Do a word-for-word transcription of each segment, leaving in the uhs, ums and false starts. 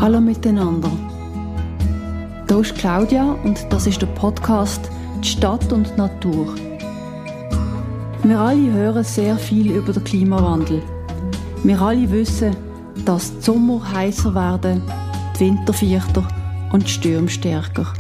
Hallo miteinander. Hier ist Claudia und das ist der Podcast «Die Stadt und die Natur». Wir alle hören sehr viel über den Klimawandel. Wir alle wissen, dass die Sommer heißer werden, die Winter vierter und die Stürme stärker.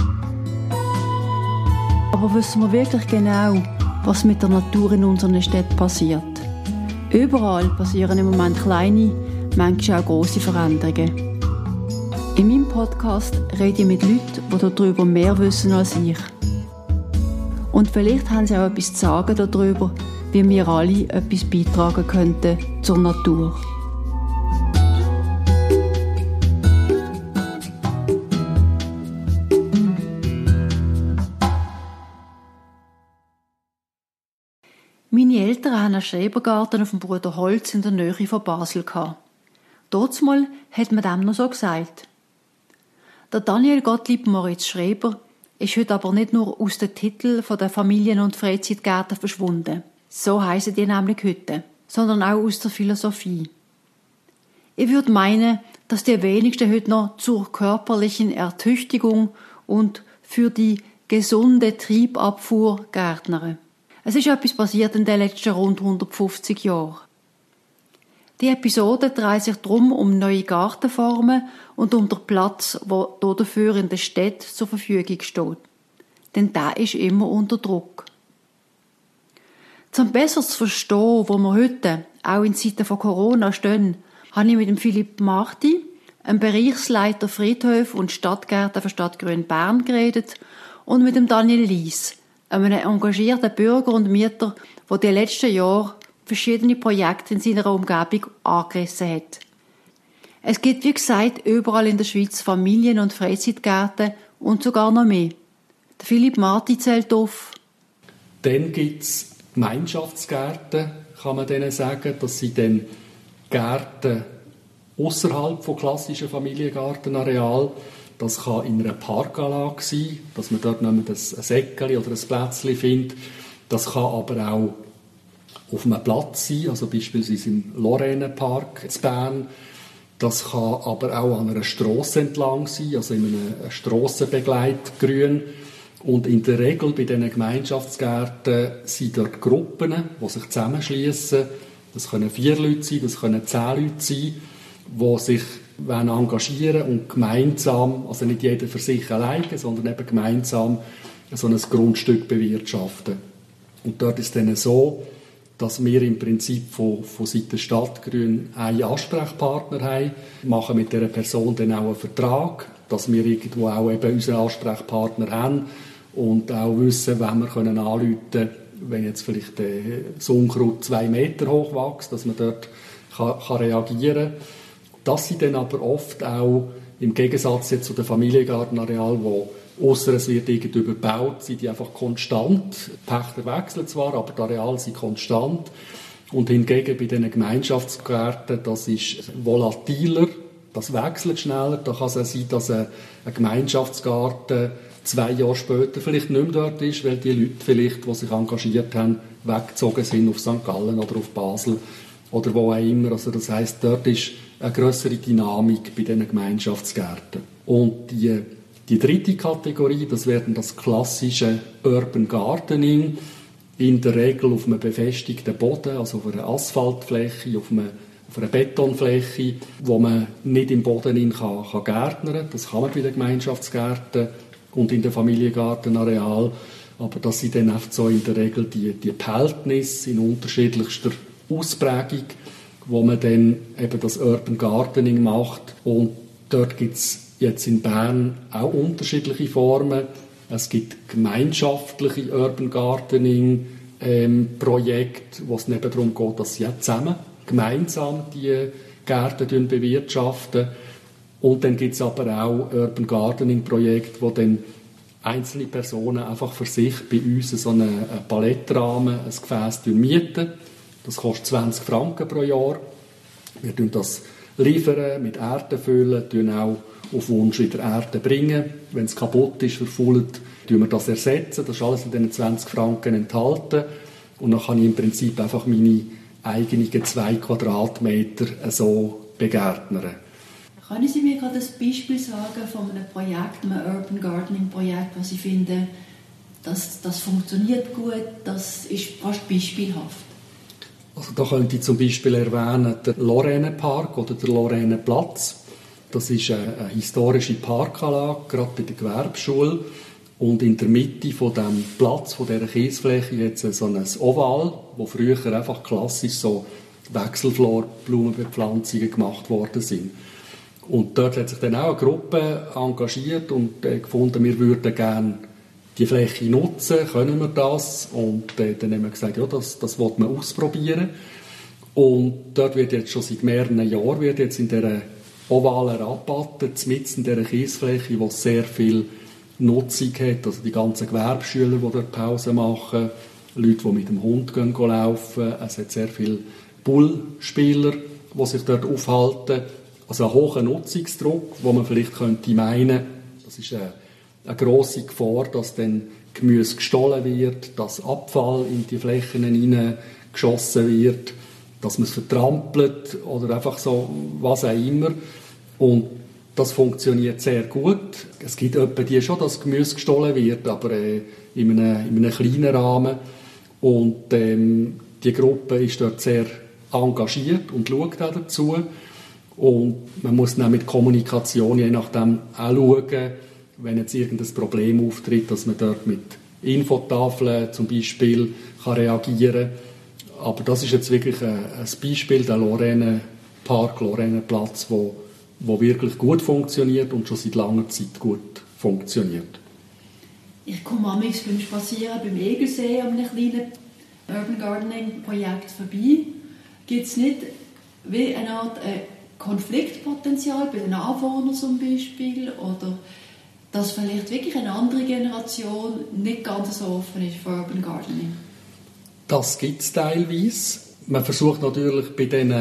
Aber wissen wir wirklich genau, was mit der Natur in unseren Städten passiert? Überall passieren im Moment kleine, manchmal auch grosse Veränderungen. In meinem Podcast rede ich mit Leuten, die darüber mehr wissen als ich. Und vielleicht haben sie auch etwas zu sagen darüber, wie wir alle etwas beitragen könnten zur Natur. Meine Eltern hatten einen Schrebergarten auf dem Bruder Holz in der Nähe von Basel. Dortmal hat man dem noch so gesagt. Der Daniel Gottlieb Moritz Schreber ist heute aber nicht nur aus den Titeln der Familien- und Freizeitgärten verschwunden. So heissen die nämlich heute, sondern auch aus der Philosophie. Ich würde meinen, dass die wenigsten heute noch zur körperlichen Ertüchtigung und für die gesunde Triebabfuhr gärtnern. Es ist etwas passiert in den letzten rund hundertfünfzig Jahren. Die Episode dreht sich darum um neue Gartenformen und um den Platz, der dafür in der Stadt zur Verfügung steht. Denn der ist immer unter Druck. Um besser zu verstehen, wo wir heute, auch in Zeiten von Corona, stehen, habe ich mit dem Philipp Marti, einem Bereichsleiter Friedhöfe und Stadtgärten für Stadtgrün Bern, geredet und mit dem Daniel Lies, einem engagierten Bürger und Mieter, der die letzten Jahre verschiedene Projekte in seiner Umgebung angerissen hat. Es gibt, wie gesagt, überall in der Schweiz Familien- und Freizeitgärten und sogar noch mehr. Der Philipp Marti zählt auf. Dann gibt es Gemeinschaftsgärten, kann man denen sagen. Das sind dann Gärten außerhalb von klassischen Familiengartenarealen. Das kann in einer Parkanlage sein, dass man dort noch ein Säckchen oder ein Plätzchen findet. Das kann aber auch auf einem Platz sein, also beispielsweise im Lorrainepark in Bern. Das kann aber auch an einer Strasse entlang sein, also in einem Strassenbegleitgrün. Und in der Regel bei diesen Gemeinschaftsgärten sind dort Gruppen, die sich zusammenschließen. Das können vier Leute sein, das können zehn Leute sein, die sich engagieren und gemeinsam, also nicht jeder für sich alleine, sondern eben gemeinsam so ein Grundstück bewirtschaften. Und dort ist es dann so, dass wir im Prinzip von, von Seiten Stadtgrün einen Ansprechpartner haben, machen mit dieser Person dann auch einen Vertrag, dass wir irgendwo auch eben unseren Ansprechpartner haben und auch wissen, wenn wir können anrufen können, wenn jetzt vielleicht das Unkraut zwei Meter hoch wächst, dass man dort kann, kann reagieren kann. Das sind dann aber oft auch, im Gegensatz jetzt zu den Familiengartenarealen, wo ausser es wird irgendwie überbaut, sind die einfach konstant. Die Pächter wechseln zwar, aber die Areale sind konstant. Und hingegen bei diesen Gemeinschaftsgärten, das ist volatiler, das wechselt schneller. Da kann es auch sein, dass ein Gemeinschaftsgarten zwei Jahre später vielleicht nicht mehr dort ist, weil die Leute vielleicht, die sich engagiert haben, weggezogen sind auf Sankt Gallen oder auf Basel oder wo auch immer. Also das heisst, dort ist eine grössere Dynamik bei diesen Gemeinschaftsgärten. Und die Die dritte Kategorie, das wäre das klassische Urban Gardening, in der Regel auf einem befestigten Boden, also auf einer Asphaltfläche, auf, einem, auf einer Betonfläche, wo man nicht im Boden in kann, kann gärtnern. Das kann man bei den Gemeinschaftsgärten und in den Familiengartenarealen. Aber das sind dann oft so in der Regel die, die Behältnisse in unterschiedlichster Ausprägung, wo man dann eben das Urban Gardening macht. Und dort gibt es jetzt in Bern auch unterschiedliche Formen. Es gibt gemeinschaftliche Urban Gardening ähm, Projekte, wo es eben darum geht, dass sie auch zusammen, gemeinsam die Gärten bewirtschaften. Und dann gibt es aber auch Urban Gardening Projekte, wo dann einzelne Personen einfach für sich bei uns so einen, einen Palettrahmen, ein Gefäß mieten. Das kostet zwanzig Franken pro Jahr. Wir liefern das liefern, mit Erde füllen, tun auch auf Wunsch wieder Erde bringen. Wenn es kaputt ist, verfault, tun wir das ersetzen. Das ist alles in diesen zwanzig Franken enthalten. Und dann kann ich im Prinzip einfach meine eigenen zwei Quadratmeter so begärtnern. Können Sie mir gerade ein Beispiel sagen von einem Projekt, einem Urban Gardening Projekt, wo Sie finden, das, das funktioniert gut, das ist fast beispielhaft? Also da könnte ich zum Beispiel erwähnen den Loränenpark oder den Loränenplatz. Das ist eine, eine historische Parkanlage, gerade bei der Gewerbeschule. Und in der Mitte von dem Platz, von dieser Kiesfläche, hat es so ein Oval, wo früher einfach klassisch so Wechselflorblumenbepflanzungen gemacht worden sind. Und dort hat sich dann auch eine Gruppe engagiert und äh, gefunden, wir würden gerne die Fläche nutzen, können wir das? Und äh, dann haben wir gesagt, ja, das, das wollen wir ausprobieren. Und dort wird jetzt schon seit mehreren Jahren, wird jetzt in dieser ovalen Rabatte, mitten in dieser Kiesfläche, wo es sehr viel Nutzung hat, also die ganzen Gewerbeschüler, die dort Pause machen, Leute, die mit dem Hund gehen, gehen laufen, es hat sehr viele Bullspieler, die sich dort aufhalten. Also ein hoher Nutzungsdruck, wo man vielleicht könnte meinen, das ist eine, eine grosse Gefahr, dass dann Gemüse gestohlen wird, dass Abfall in die Flächen hineingeschossen wird, dass man es vertrampelt oder einfach so, was auch immer. Und das funktioniert sehr gut. Es gibt etwa die schon, dass Gemüse gestohlen wird, aber äh, in, einem, in einem kleinen Rahmen. Und ähm, die Gruppe ist dort sehr engagiert und schaut auch dazu. Und man muss dann mit Kommunikation je nachdem auch schauen, wenn jetzt irgendein Problem auftritt, dass man dort mit Infotafeln zum Beispiel kann reagieren kann. Aber das ist jetzt wirklich ein, ein Beispiel, der Loränenpark, Loränenplatz, wo, wo wirklich gut funktioniert und schon seit langer Zeit gut funktioniert. Ich komme manchmal beim Spazieren beim Egelsee an einem kleinen Urban Gardening Projekt vorbei. Gibt es nicht wie eine Art äh, Konfliktpotenzial bei den Anwohnern zum Beispiel, oder dass vielleicht wirklich eine andere Generation nicht ganz so offen ist für Urban Gardening? Das gibt es teilweise. Man versucht natürlich bei den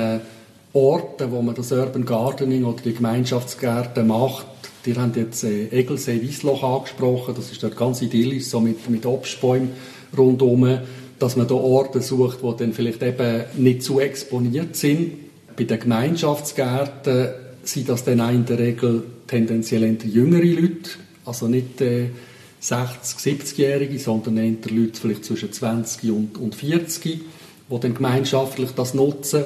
Orten, wo man das Urban Gardening oder die Gemeinschaftsgärten macht, die haben jetzt äh, Egelsee-Wiesloch angesprochen, das ist dort ganz idyllisch, so mit, mit Obstbäumen rundherum, dass man da Orte sucht, die dann vielleicht eben nicht zu exponiert sind. Bei den Gemeinschaftsgärten sind das dann auch in der Regel tendenziell eher jüngere Leute, also nicht äh, sechzig-, siebzigjährige, sondern eher Leute vielleicht zwischen zwanzig und, und vierzig, die dann gemeinschaftlich das nutzen.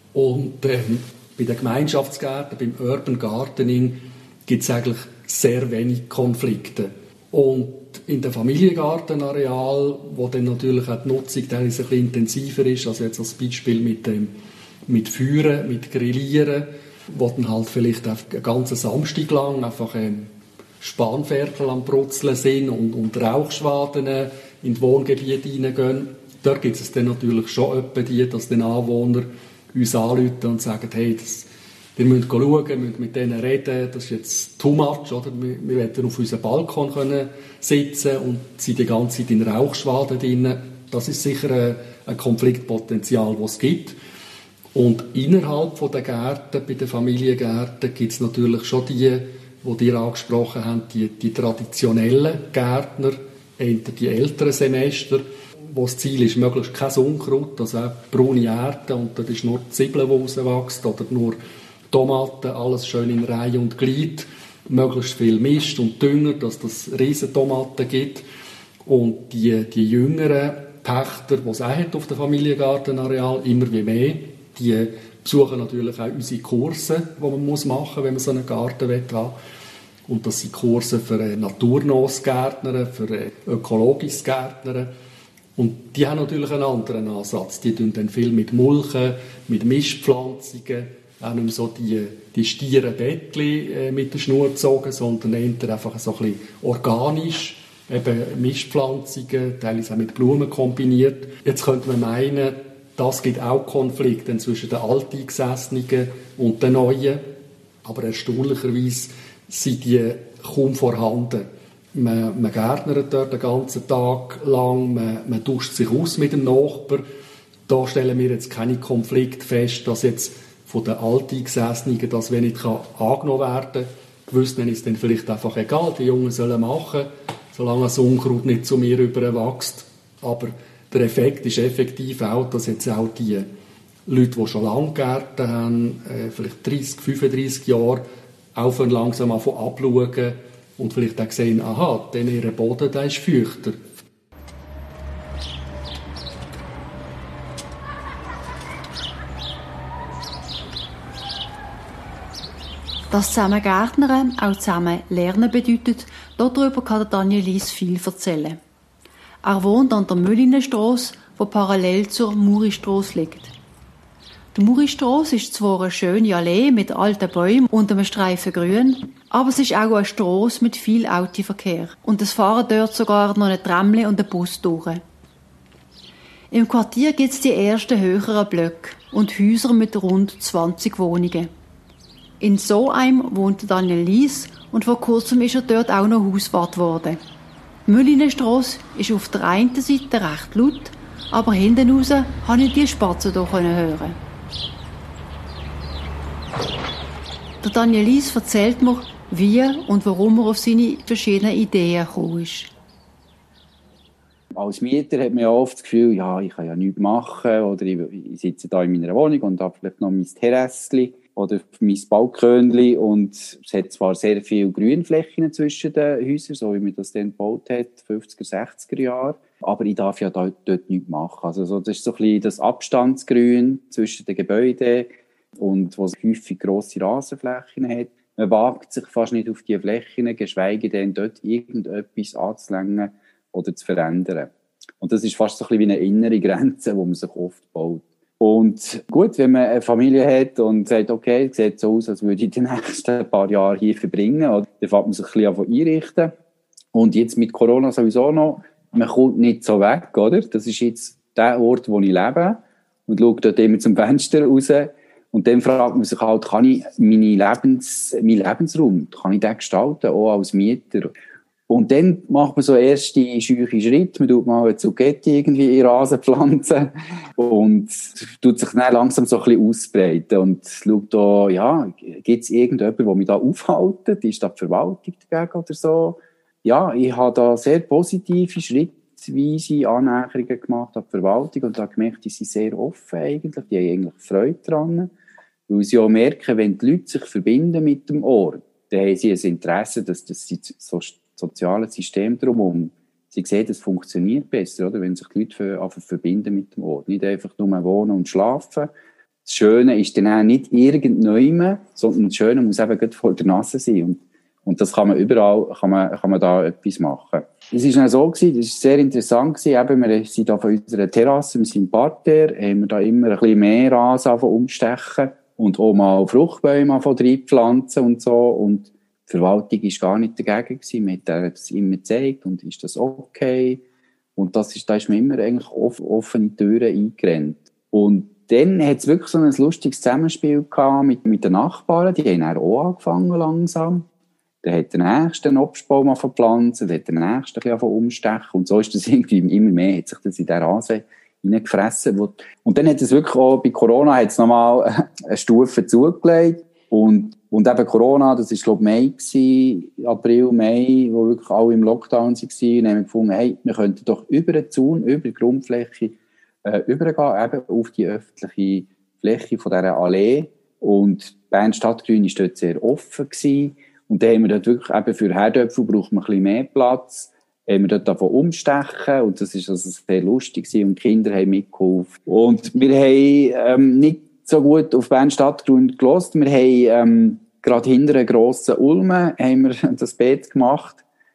Und äh, bei den Gemeinschaftsgärten, beim Urban Gardening, gibt es eigentlich sehr wenig Konflikte. Und in dem Familiengartenareal, wo dann natürlich auch die Nutzung teilweise ein bisschen intensiver ist, also jetzt als Beispiel mit dem mit Feuern, mit Grillieren, wo dann halt vielleicht einen ganzen Samstag lang einfach ähm, Spanferkel am Brutzeln sind und, und Rauchschwaden in die Wohngebiete hineingehen. Dort gibt es dann natürlich schon etwa die, dass die Anwohner uns anrufen und sagen, hey, das, ihr müsst schauen, ihr müsst mit denen reden, das ist jetzt too much, oder? Wir, wir wollen auf unserem Balkon können sitzen und sind die ganze Zeit in Rauchschwaden drin. Das ist sicher ein, ein Konfliktpotenzial, das es gibt. Und innerhalb der Gärten, bei den Familiengärten, gibt es natürlich schon die, die ihr angesprochen habt, die, die traditionellen Gärtner, eher die älteren Semester, wo das Ziel ist, möglichst kein Unkraut, also auch braune Erde, und dort ist nur die Zwiebeln, die rauswächst, oder nur Tomaten, alles schön in Reihe und Glied, möglichst viel Mist und Dünger, dass es riesen Tomaten gibt. Und die, die jüngeren Pächter, die es auch hat auf dem Familiengartenareal, immer wie mehr, die besuchen natürlich auch unsere Kurse, die man machen muss, wenn man so einen Garten haben will. Und das sind Kurse für naturnahes Gärtnern, für ökologisches Gärtnern. Und die haben natürlich einen anderen Ansatz. Die tun dann viel mit Mulchen, mit Mischpflanzungen, auch nicht mehr so die, die stieren Bettchen äh, mit der Schnur gezogen, sondern eher einfach so ein bisschen organisch, eben Mischpflanzungen, teilweise auch mit Blumen kombiniert. Jetzt könnte man meinen, das gibt auch Konflikte zwischen den Alteingesessenen und den Neuen. Aber erstaunlicherweise sind die kaum vorhanden. Man, man gärtnert dort den ganzen Tag lang, man, man tauscht sich aus mit dem Nachbarn. Da stellen wir jetzt keine Konflikte fest, dass jetzt von den Alteingesessenen das wenig angenommen werden kann. Gewissen ist es dann vielleicht einfach egal, die Jungen sollen machen, solange das Unkraut nicht zu mir rüberwächst. Aber der Effekt ist effektiv auch, dass jetzt auch die Leute, die schon lange Gärten haben, vielleicht dreißig, fünfunddreißig Jahre, auch von langsam anfangen abschauen und vielleicht auch sehen, aha, denn ihr Boden, der ist feuchter. Dass zusammen Gärtnern auch zusammen Lernen bedeutet, darüber kann Daniel Lies viel erzählen. Er wohnt an der Müllinestrasse, die parallel zur Muristrasse liegt. Die Muristrasse ist zwar eine schöne Allee mit alten Bäumen und einem Streifen Grün, aber es ist auch eine Strasse mit viel Autoverkehr und es fahren dort sogar noch ein Tramli und ein Bus durch. Im Quartier gibt es die ersten höheren Blöcke und Häuser mit rund zwanzig Wohnungen. In so einem wohnt Daniel Lies und vor kurzem ist er dort auch noch Hauswart geworden. Die Müllinestrasse ist auf der einen Seite recht laut, aber hinten raus konnte ich die Spatzen hier hören. Der Daniel Lies erzählt mir, wie und warum er auf seine verschiedenen Ideen gekommen ist. Als Mieter hat man ja oft das Gefühl, ja, ich kann ja nichts machen oder ich, ich sitze da in meiner Wohnung und habe vielleicht noch mein Terrassli oder mein Balkönli und es hat zwar sehr viele Grünflächen zwischen den Häusern, so wie man das dann gebaut hat, fünfziger, sechziger Jahre, aber ich darf ja dort, dort nichts machen. Also so, das ist so ein bisschen das Abstandsgrün zwischen den Gebäuden und wo es häufig grosse Rasenflächen hat. Man wagt sich fast nicht auf diese Flächen, geschweige denn dort irgendetwas anzulängen oder zu verändern. Und das ist fast so ein bisschen wie eine innere Grenze, die man sich oft baut. Und gut, wenn man eine Familie hat und sagt, okay, es sieht so aus, als würde ich die nächsten paar Jahre hier verbringen, oder, dann fängt man sich ein bisschen an einrichten. Und jetzt mit Corona sowieso noch, man kommt nicht so weg, oder? Das ist jetzt der Ort, wo ich lebe und schaue dort immer zum Fenster raus. Und dann fragt man sich halt, kann ich meine Lebens, meinen Lebensraum, kann ich den gestalten, auch als Mieter? Und dann macht man so erste scheuche Schritte. Man tut mal eine Zucchetti irgendwie in den Rasen pflanzen und tut sich dann langsam so ein bisschen ausbreiten und schaut da, ja, gibt es irgendjemanden, der mich da aufhält? Ist da die Verwaltung dagegen oder so? Ja, ich habe da sehr positive, schrittweise Annäherungen gemacht an die Verwaltung und habe gemerkt, die sind sehr offen eigentlich, die haben eigentlich Freude daran, weil sie auch merken, wenn die Leute sich verbinden mit dem Ort, dann haben sie ein Interesse, dass das so soziale System drumherum. Sie sehen, das funktioniert besser, oder? Wenn sich die Leute einfach verbinden mit dem Ort. Nicht einfach nur wohnen und schlafen. Das Schöne ist dann auch nicht irgendjemand, sondern das Schöne muss eben gerade vor der Nase sein. Und, und das kann man überall, kann man, kann man da etwas machen. Es war dann so gewesen, das war sehr interessant gewesen, eben, wir sind da von unserer Terrasse, wir sind im Parterre, haben wir da immer ein bisschen mehr Rasen umstechen und auch mal Fruchtbäume von reinpflanzen und so. Und die Verwaltung war gar nicht dagegen gewesen. Man hat das immer gezeigt und ist das okay. Und das ist, da ist man immer eigentlich off, offene Türen eingerannt. Und dann hat es wirklich so ein lustiges Zusammenspiel gehabt mit, mit den Nachbarn. Die haben dann auch angefangen langsam. Dann hat der Nächste einen Obstbaum verpflanzt, dann hat der Nächste ein bisschen umstechen. Und so ist das irgendwie immer mehr, hat sich das in den Rasen hineingefressen. Und dann hat es wirklich auch, bei Corona hat es nochmal eine Stufe zugelegt. Und, und eben Corona, das war, glaube ich, Mai gewesen, April, Mai, wo wirklich alle im Lockdown waren. Und haben wir gefunden, hey, wir könnten doch über den Zaun, über die Grundfläche, äh, übergehen, eben auf die öffentliche Fläche von dieser Allee. Und Bern Stadtgrün war dort sehr offen gewesen. Und dann haben wir dort wirklich, eben für Herdöpfel braucht man ein bisschen mehr Platz. Haben wir dort davon umstechen. Und das war also sehr lustig gewesen. Und die Kinder haben mitgeholfen. Und wir haben, ähm, nicht so gut auf Bern Stadtgrün gehört. Wir haben, ähm, gerade hinter einem grossen Ulmen haben wir das Beet gemacht.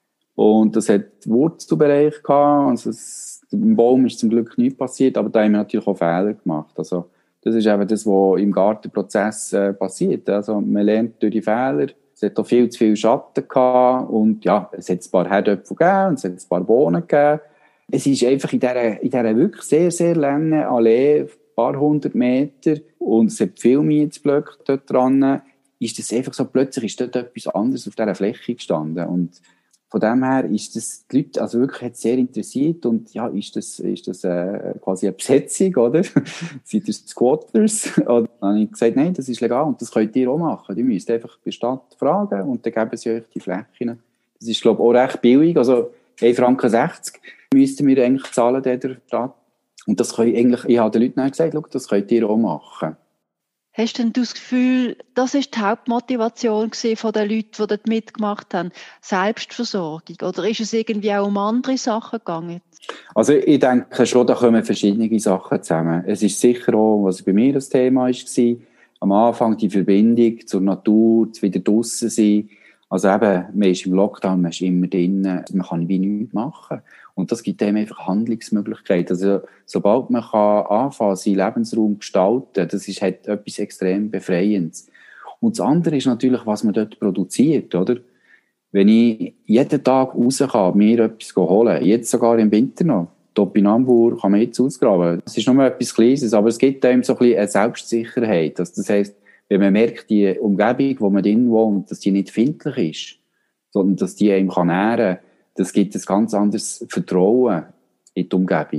Und das hat Wurzelbereich gehabt. Also es, im Baum ist zum Glück nichts passiert, aber da haben wir natürlich auch Fehler gemacht. Also, das ist eben das, was im Gartenprozess äh, passiert. Also, man lernt durch die Fehler. Es hat auch viel zu viel Schatten gehabt. Und ja, es hat ein paar Herdöpfel gegeben und es hat ein paar Bohnen gegeben. Es ist einfach in dieser, in dieser wirklich sehr, sehr langen Allee, ein paar hundert Meter, und es hat viel Mietsblöcke dort dran, ist das einfach so, plötzlich ist dort etwas anderes auf dieser Fläche gestanden. Und von dem her ist das die Leute also wirklich hat sehr interessiert. Und ja, ist das, ist das äh, quasi eine Besetzung, oder? Seid ihr Squatters? Und dann habe ich gesagt, nein, das ist legal und das könnt ihr auch machen. Ihr müsst einfach bei der Stadt fragen und dann geben sie euch die Flächen. Das ist, glaube ich, auch recht billig. Also ein Franken sechzig müssten wir eigentlich zahlen der Stadt. Und das können eigentlich, ich habe den Leuten gesagt, schau, das könnt ihr auch machen. Hast denn du das Gefühl, das war die Hauptmotivation von den Leuten, die dort mitgemacht haben, Selbstversorgung? Oder ist es irgendwie auch um andere Sachen gegangen? Also ich denke schon, da kommen verschiedene Sachen zusammen. Es ist sicher auch, was bei mir das Thema war, am Anfang die Verbindung zur Natur, zu wieder draussen sein. Also eben, man ist im Lockdown, man ist immer drinnen, man kann wie nichts machen. Und das gibt einem einfach Handlungsmöglichkeiten. Also sobald man kann anfangen, seinen Lebensraum zu gestalten, das ist halt etwas extrem Befreiendes. Und das andere ist natürlich, was man dort produziert, oder? Wenn ich jeden Tag raus kann, mir etwas holen, jetzt sogar im Winter noch, Topinambur kann man jetzt ausgraben. Das ist nur etwas Kleines, aber es gibt einem so ein bisschen eine Selbstsicherheit. Also das heisst, wenn man merkt, die Umgebung, wo man drin wohnt, dass die nicht findlich ist, sondern dass die einem kann nähren, das gibt ein ganz anderes Vertrauen in die Umgebung.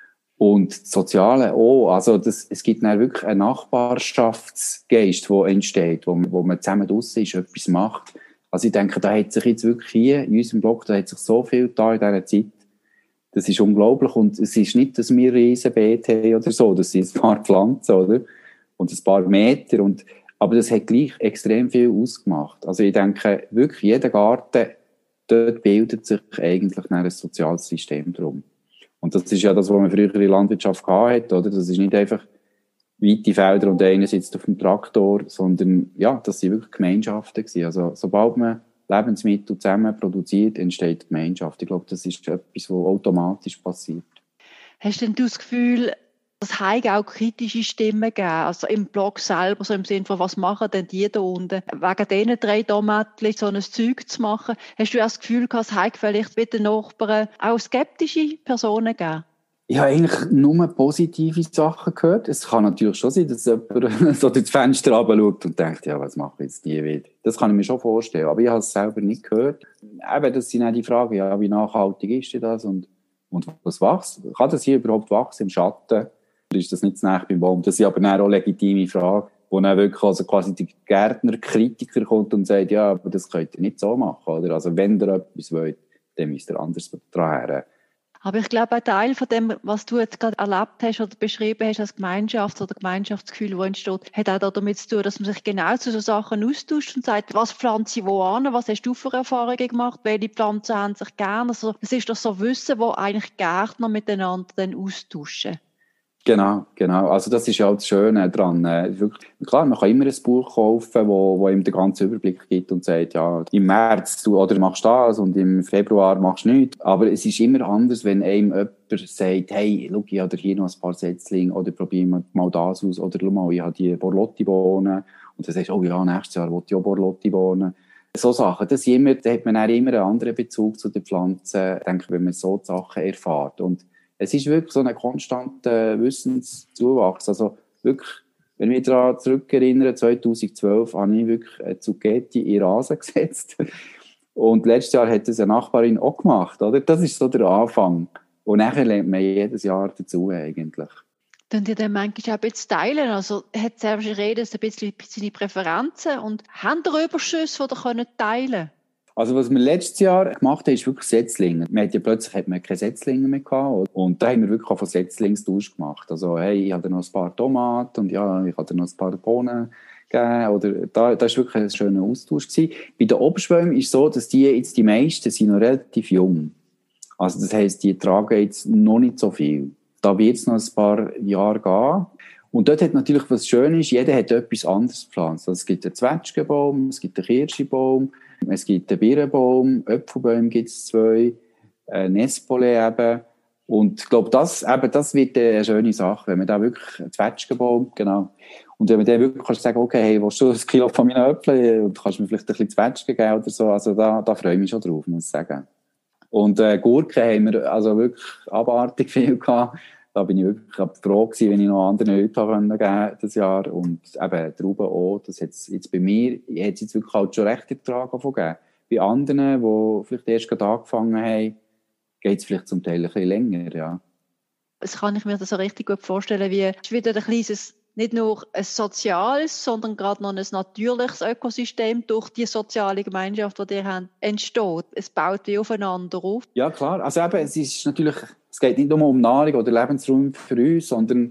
Und das Soziale auch, also das, es gibt dann wirklich einen Nachbarschaftsgeist, der entsteht, wo, wo man zusammen draussen ist, etwas macht. Also ich denke, da hat sich jetzt wirklich hier in unserem Blog, da hat sich so viel da in dieser Zeit. Das ist unglaublich und es ist nicht, dass wir riesen Beete haben oder so, das sind ein paar Pflanzen, oder? Und ein paar Meter und, aber das hat gleich extrem viel ausgemacht. Also ich denke, wirklich jeder Garten, dort bildet sich eigentlich ein soziales System drum. Und das ist ja das, was man früher in der Landwirtschaft gehabt hat, oder? Das ist nicht einfach weite Felder und einer sitzt auf dem Traktor, sondern, ja, das sind wirklich Gemeinschaften gewesen. Also, sobald man Lebensmittel zusammen produziert, entsteht Gemeinschaft. Ich glaube, das ist etwas, was automatisch passiert. Hast denn du das Gefühl, dass es auch kritische Stimmen gegeben, also im Blog selber, so im Sinne von, was machen denn die da unten, wegen diesen drei Tomaten so ein Zeug zu machen? Hast du auch das Gefühl gehabt, es hat vielleicht bei den Nachbarn auch skeptische Personen gegeben? Ich habe eigentlich nur positive Sachen gehört. Es kann natürlich schon sein, dass jemand so durchs Fenster runterschaut und denkt, ja, was machen jetzt die wieder? Das kann ich mir schon vorstellen, aber ich habe es selber nicht gehört. Eben, das sind auch die Fragen, ja, wie nachhaltig ist das und, und was wächst? Kann das hier überhaupt wachsen im Schatten? Oder ist das nicht zu nahe beim Baum? Das sind aber auch legitime Fragen, wo dann wirklich also quasi der Gärtner, Kritiker kommt und sagt, ja, aber das könnt ihr nicht so machen, oder? Also wenn ihr etwas wollt, dann müsst ihr anders dran her. Aber ich glaube, ein Teil von dem, was du jetzt gerade erlebt hast oder beschrieben hast als Gemeinschafts- oder Gemeinschaftsgefühl, das entsteht, hat auch damit zu tun, dass man sich genau zu so Sachen austauscht und sagt, was pflanze ich wo an, was hast du für Erfahrungen gemacht, welche Pflanzen haben sich gerne. Also, es ist doch so Wissen, wo eigentlich Gärtner miteinander dann austauschen. Genau, genau. Also das ist ja auch das Schöne daran. Äh, wirklich, klar, man kann immer ein Buch kaufen, wo, wo ihm den ganzen Überblick gibt und sagt, ja, im März du oder machst das und im Februar machst du nichts. Aber es ist immer anders, wenn einem jemand sagt, hey, schau, ich habe hier noch ein paar Setzlinge oder probieren mal das aus oder schau mal, ich habe die Borlotti-Bohnen und dann sagst du, oh ja, nächstes Jahr will ich auch Borlotti-Bohnen. So Sachen, das immer, da hat man auch immer einen anderen Bezug zu den Pflanzen, denke ich, wenn man so Sachen erfährt. Und es ist wirklich so ein konstanter Wissenszuwachs. Also wirklich, wenn ich mich daran zurückerinnere, zweitausendzwölf habe ich wirklich eine Zucchetti in Rasen gesetzt. Und letztes Jahr hat das eine Nachbarin auch gemacht, oder? Das ist so der Anfang. Und nachher lernt man jedes Jahr dazu eigentlich. Dann die dann manchmal auch ein bisschen teilen. Also hat selbst jedes ein bisschen seine Präferenzen und haben ihr Überschüsse, die ihr teilen könnt? Also was wir letztes Jahr gemacht haben, ist wirklich Setzlinge. Wir hatten ja plötzlich hat man keine Setzlinge mehr gehabt. Und da haben wir wirklich auch von Setzlingstausch gemacht. Also, hey, ich habe noch ein paar Tomaten und ja, ich habe noch ein paar Bohnen gegeben. Oder da, da war wirklich ein schöner Austausch gewesen. Bei den Obstbäumen ist es so, dass die jetzt, die meisten sind noch relativ jung. Also das heisst, die tragen jetzt noch nicht so viel. Da wird es noch ein paar Jahre gehen. Und dort hat natürlich, was schön ist, jeder hat etwas anderes gepflanzt. Also es gibt einen Zwetschgenbaum, es gibt einen Kirschbaum, es gibt einen Birnenbaum, Äpfelbäume gibt es zwei, ein Nespole eben. Und ich glaube, das, eben, das wird eine schöne Sache, wenn man da wirklich einen Zwetschgenbaum, genau. Und wenn man dann wirklich kannst sagen, okay, hey, willst du ein Kilo von meinen Äpfeln und kannst mir vielleicht ein bisschen Zwetschgen geben oder so, also da, da freue ich mich schon drauf, muss ich sagen. Und äh, Gurken haben wir also wirklich abartig viel gehabt. Da bin ich wirklich froh gewesen, wenn ich noch anderen Leuten geben konnte dieses Jahr. Und eben Trauben auch. Das hat's jetzt bei mir, hat es jetzt wirklich halt schon recht Ertrag gegeben. Bei anderen, die vielleicht erst gerade angefangen haben, geht es vielleicht zum Teil ein bisschen länger, ja. Das kann ich mir das so richtig gut vorstellen, wie es wieder ein kleines, nicht nur ein soziales, sondern gerade noch ein natürliches Ökosystem durch die soziale Gemeinschaft, die ihr habt, entsteht. Es baut wie aufeinander auf. Ja, klar. Also eben, es ist natürlich, es geht nicht nur um Nahrung oder Lebensraum für uns, sondern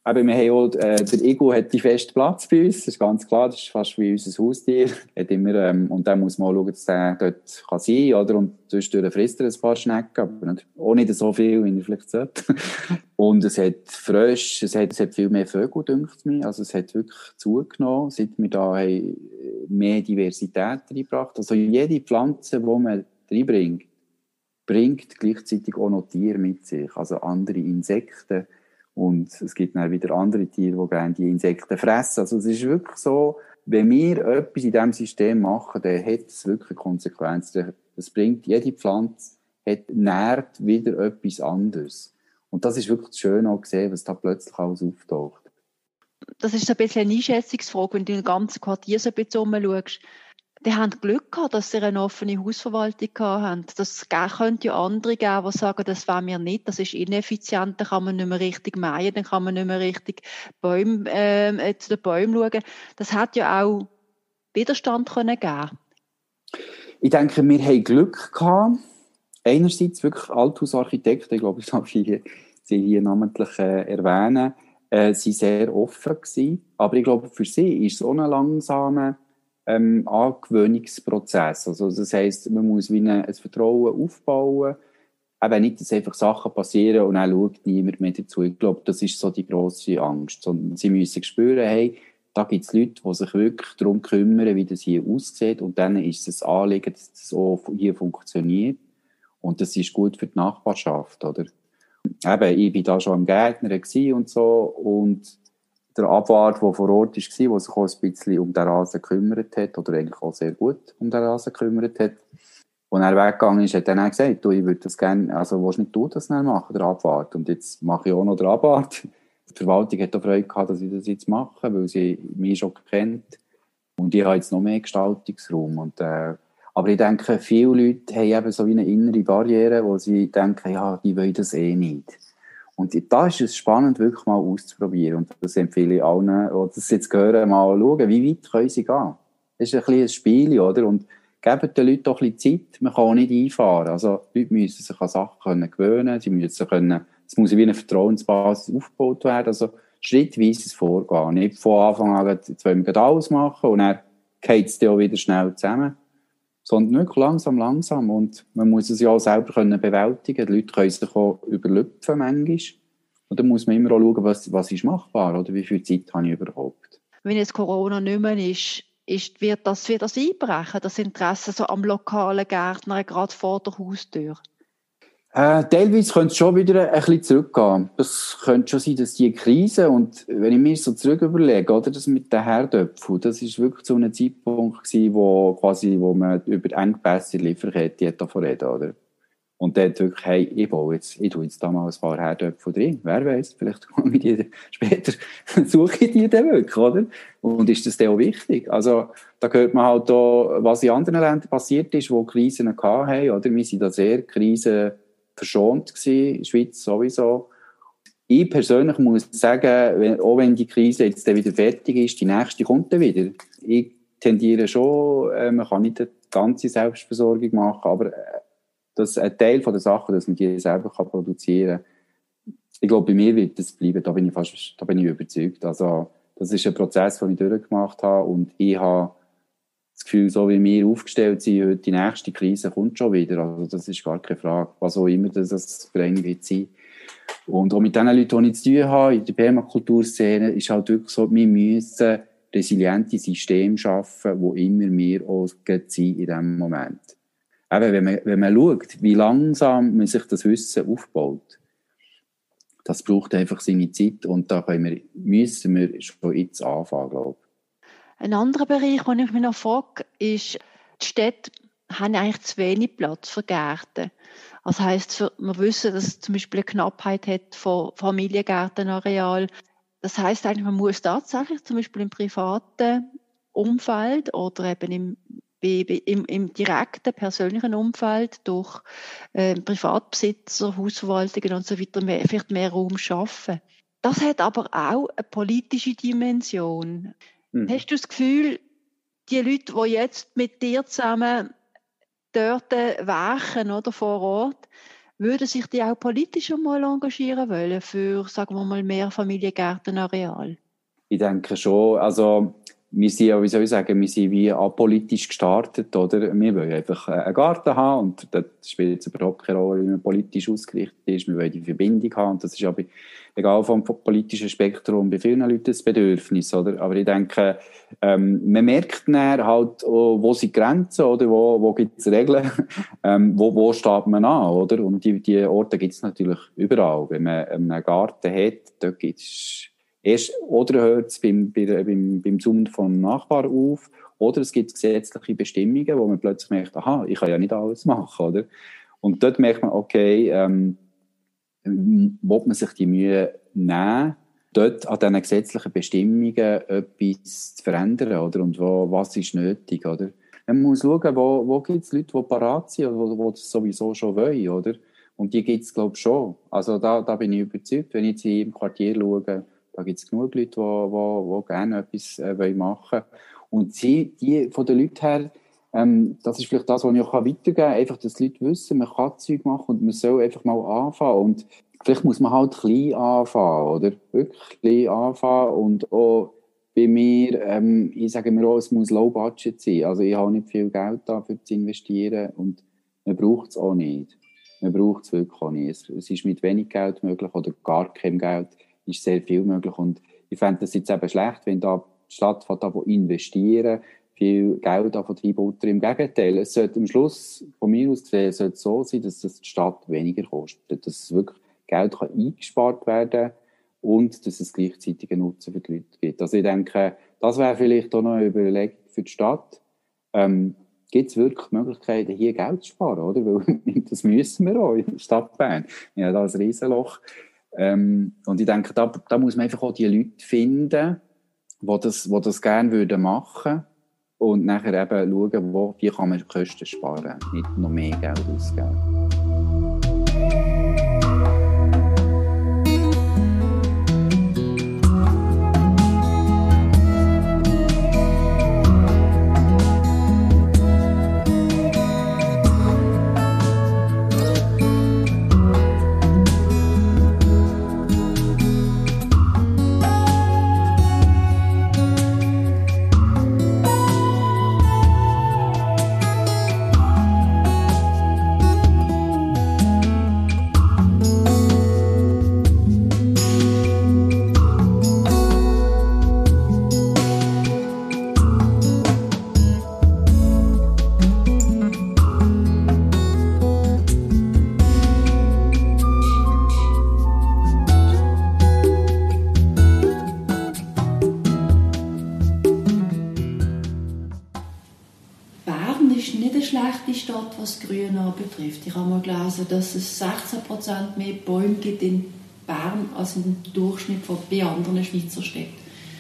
Aber wir haben auch, äh, der Igu hat die festen Platz bei uns, das ist ganz klar, das ist fast wie unser Haustier. Hat immer, ähm, und dann muss man auch schauen, dass der dort kann sein kann, oder? Und zwischendurch frisst er ein paar Schnecken, aber nicht, auch nicht so viel, wie er vielleicht sollte. Und es hat Frösche, es hat, es hat viel mehr Vögel, dünkt mir. Also es hat wirklich zugenommen, seit wir da haben mehr Diversität reingebracht. Also jede Pflanze, die man reinbringt, bringt gleichzeitig auch noch Tiere mit sich, also andere Insekten. Und es gibt dann wieder andere Tiere, die gerne die Insekten fressen. Also es ist wirklich so, wenn wir etwas in diesem System machen, dann hat es wirklich Konsequenzen. Das bringt, jede Pflanze hat, nährt wieder etwas anderes. Und das ist wirklich schön auch gesehen, was da plötzlich alles auftaucht. Das ist so ein bisschen eine Einschätzungsfrage, wenn du im ganzen Quartier so ein bisschen rumschaust. Die haben Glück gehabt, dass sie eine offene Hausverwaltung haben. Das könnte ja andere geben, die sagen, das wollen wir nicht, das ist ineffizient, dann kann man nicht mehr richtig mähen, dann kann man nicht mehr richtig Bäume, äh, zu den Bäumen schauen. Das hat ja auch Widerstand können geben. Ich denke, wir haben Glück gehabt. Einerseits wirklich Althausarchitekten, ich glaube, ich darf sie hier namentlich äh, erwähnen, äh, sind sehr offen gewesen. Aber ich glaube, für sie ist es auch ein langsamer ähm, Angewöhnungsprozess. Also, das heisst, man muss wie ein, ein Vertrauen aufbauen. Eben nicht, dass einfach Sachen passieren und dann schaut niemand mehr dazu. Ich glaube, das ist so die grosse Angst. Sondern sie müssen spüren, hey, da gibt es Leute, die sich wirklich darum kümmern, wie das hier aussieht. Und dann ist es ein Anliegen, dass das auch hier funktioniert. Und das ist gut für die Nachbarschaft, oder? Eben, ich war da schon am Gärtner und so. Und der Abwart, der vor Ort war, der sich auch ein bisschen um den Rasen gekümmert hat, oder eigentlich auch sehr gut um den Rasen gekümmert hat. Und er weggegangen ist, hat dann auch gesagt, du, ich würde das gerne, also willst nicht du das dann machen, der Abwart? Und jetzt mache ich auch noch den Abwart. Die Verwaltung hat auch Freude gehabt, dass ich das jetzt mache, weil sie mich schon kennt. Und ich habe jetzt noch mehr Gestaltungsraum. Und, äh, aber ich denke, viele Leute haben eben so wie eine innere Barriere, wo sie denken, ja, die wollen das eh nicht. Und da ist es spannend, wirklich mal auszuprobieren. Und das empfehle ich allen, die das jetzt hören, mal schauen, wie weit können sie gehen. Das ist ein bisschen ein Spiel, oder? Und gebt den Leuten doch ein bisschen Zeit. Man kann auch nicht einfahren. Also, die Leute müssen sich an Sachen gewöhnen. Sie müssen können, es muss wie eine Vertrauensbasis aufgebaut werden. Also, schrittweise vorgehen. Nicht von Anfang an, jetzt wollen wir alles machen und dann geht es dann auch wieder schnell zusammen. Sondern wirklich langsam, langsam. Und man muss es ja auch selber können bewältigen. Die Leute können sich auch überlüpfen manchmal. Und dann muss man immer auch schauen, was, was ist machbar oder wie viel Zeit habe ich überhaupt. Wenn jetzt Corona nicht mehr ist, ist wird das wieder das einbrechen, das Interesse so am lokalen Gärtner, gerade vor der Haustür? Äh, teilweise könnte es schon wieder ein bisschen zurückgehen. Das könnte schon sein, dass die Krise, und wenn ich mir so zurück überlege, oder, das mit den Herdöpfeln, das ist wirklich zu einem Zeitpunkt gewesen, wo quasi, wo man über Engpässe in der Lieferkette davon reden, oder? Und der hat wirklich, hey, ich baue jetzt, ich tue jetzt da mal ein paar Herdöpfel drin. Wer weiss, vielleicht komme ich die später, suche ich die dann wirklich, oder? Und ist das dann auch wichtig? Also, da hört man halt auch, was in anderen Ländern passiert ist, wo Krisen hatten, oder? Wir sind da sehr Krisen verschont gewesen, in der Schweiz sowieso. Ich persönlich muss sagen, wenn, auch wenn die Krise jetzt dann wieder fertig ist, die nächste kommt dann wieder. Ich tendiere schon, äh, man kann nicht eine ganze Selbstversorgung machen, aber äh, dass ein Teil von der Sachen, dass man die selber kann produzieren kann. Ich glaube, bei mir wird das bleiben, da bin ich fast, da bin ich überzeugt. Also, das ist ein Prozess, den ich durchgemacht habe, und ich habe das Gefühl, so wie wir aufgestellt sind, heute die nächste Krise kommt schon wieder. Also, das ist gar keine Frage, was auch immer das, das für eine wird sein. Und auch mit den Leuten, die ich zu tun habe, in der Permakulturszene, ist halt wirklich so, wir müssen resiliente Systeme schaffen, wo immer wir auch sind in diesem Moment. Eben, wenn man, wenn man schaut, wie langsam man sich das Wissen aufbaut, das braucht einfach seine Zeit, und da können wir, müssen wir schon jetzt anfangen, glaube ich. Ein anderer Bereich, den ich mich noch frage, ist, die Städte haben eigentlich zu wenig Platz für Gärten. Das heisst, wir wissen, dass es zum Beispiel eine Knappheit hat von Familiengärtenareal. Das heisst eigentlich, man muss tatsächlich zum Beispiel im privaten Umfeld oder eben im Im, im direkten, persönlichen Umfeld durch äh, Privatbesitzer, Hausverwaltungen und so weiter mehr, vielleicht mehr Raum schaffen. Das hat aber auch eine politische Dimension. Mhm. Hast du das Gefühl, die Leute, die jetzt mit dir zusammen dort werken oder vor Ort, Würden sich die auch politisch mal engagieren wollen für, sagen wir mal, mehr Familiengärtenareal? Ich denke schon, also wir sind ja, wie soll ich sagen, wir sind wie apolitisch gestartet, oder? Wir wollen einfach einen Garten haben und das spielt jetzt überhaupt keine Rolle, wie man politisch ausgerichtet ist. Wir wollen die Verbindung haben und das ist aber egal vom politischen Spektrum bei vielen Leuten das Bedürfnis, oder? Aber ich denke, ähm, man merkt dann halt, wo sind die Grenzen, oder? Wo, wo gibt es Regeln? ähm, wo, wo steht man an, oder? Und die, die Orte gibt es natürlich überall. Wenn man einen Garten hat, dort gibt es erst, oder hört es beim, beim, beim Sound vom Nachbar auf, oder es gibt gesetzliche Bestimmungen, wo man plötzlich merkt, aha, ich kann ja nicht alles machen, oder? Und dort merkt man, okay, ähm, will man sich die Mühe nehmen, dort an diesen gesetzlichen Bestimmungen etwas zu verändern, oder? Und wo, was ist nötig, oder? Man muss schauen, wo, wo gibt es Leute, die parat sind, oder wo, wo das sowieso schon wollen, oder? Und die gibt es, glaube ich, schon. Also da, da bin ich überzeugt, wenn ich jetzt hier im Quartier schaue, da gibt es genug Leute, die, die, die gerne etwas äh, machen wollen. Und sie, die von den Leuten her, ähm, das ist vielleicht das, was ich auch weitergeben kann, einfach, dass die Leute wissen, man kann Zeug machen und man soll einfach mal anfangen. Und vielleicht muss man halt klein anfangen, oder? Wirklich klein anfangen. Und auch bei mir, ähm, ich sage mir auch, es muss Low Budget sein. Also ich habe nicht viel Geld dafür zu investieren und man braucht es auch nicht. Man braucht es wirklich auch nicht. Es, es ist mit wenig Geld möglich oder gar kein Geld. Ist sehr viel möglich. Und ich fände das jetzt eben schlecht, wenn da die Stadt investieren, viel Geld reinbuttern. Im Gegenteil, es sollte am Schluss, von mir aus gesehen, sollte es so sein, dass das die Stadt weniger kostet, dass wirklich Geld kann eingespart werden kann und dass es gleichzeitig einen Nutzen für die Leute gibt. Also ich denke, das wäre vielleicht auch noch eine Überlegung für die Stadt. Ähm, gibt es wirklich Möglichkeiten, hier Geld zu sparen, oder? Weil das müssen wir auch in der Stadt Bern. Ja, da ist ein Riesenloch. Ähm, und ich denke, da, da muss man einfach auch die Leute finden, die das, die das gerne würden machen und nachher eben schauen, wo, wie kann man Kosten sparen, nicht noch mehr Geld ausgeben. Was Grün anbetrifft. Ich habe mal gelesen, dass es sechzehn Prozent mehr Bäume gibt in Bern als im Durchschnitt von bei anderen Schweizer Städten.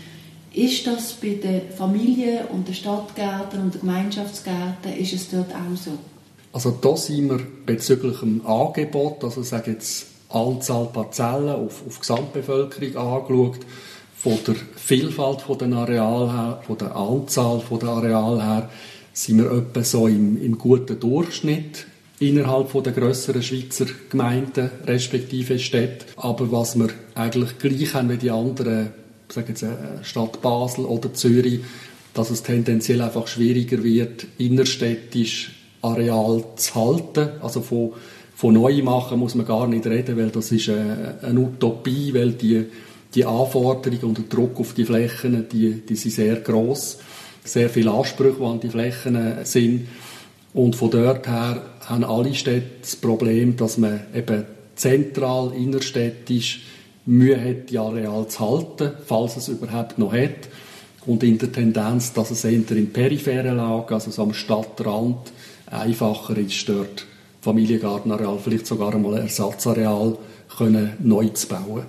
Ist das bei den Familien und den Stadtgärten und den Gemeinschaftsgärten, ist es dort auch so? Also da sind wir bezüglich dem Angebot, also sagen jetzt Anzahl Parzellen auf, auf Gesamtbevölkerung angeschaut, von der Vielfalt von den Arealen her, von der Anzahl von der Arealen her, sind wir etwa so im, im guten Durchschnitt innerhalb von der grösseren Schweizer Gemeinden respektive Städte. Aber was wir eigentlich gleich haben wie die anderen, sagen jetzt Stadt Basel oder Zürich, dass es tendenziell einfach schwieriger wird, innerstädtisch Areal zu halten. Also von, von neu machen muss man gar nicht reden, weil das ist eine, eine Utopie, weil die, die Anforderungen und der Druck auf die Flächen, die, die sind sehr gross. Sehr viele Ansprüche, die an die Flächen sind. Und von dort her haben alle Städte das Problem, dass man eben zentral, innerstädtisch Mühe hat, die Areale zu halten, falls es überhaupt noch hat. Und in der Tendenz, dass es eher in peripheren Lagen, also so am Stadtrand, einfacher ist, dort Familiengartenareal, vielleicht sogar einmal ein Ersatzareal können neu zu bauen.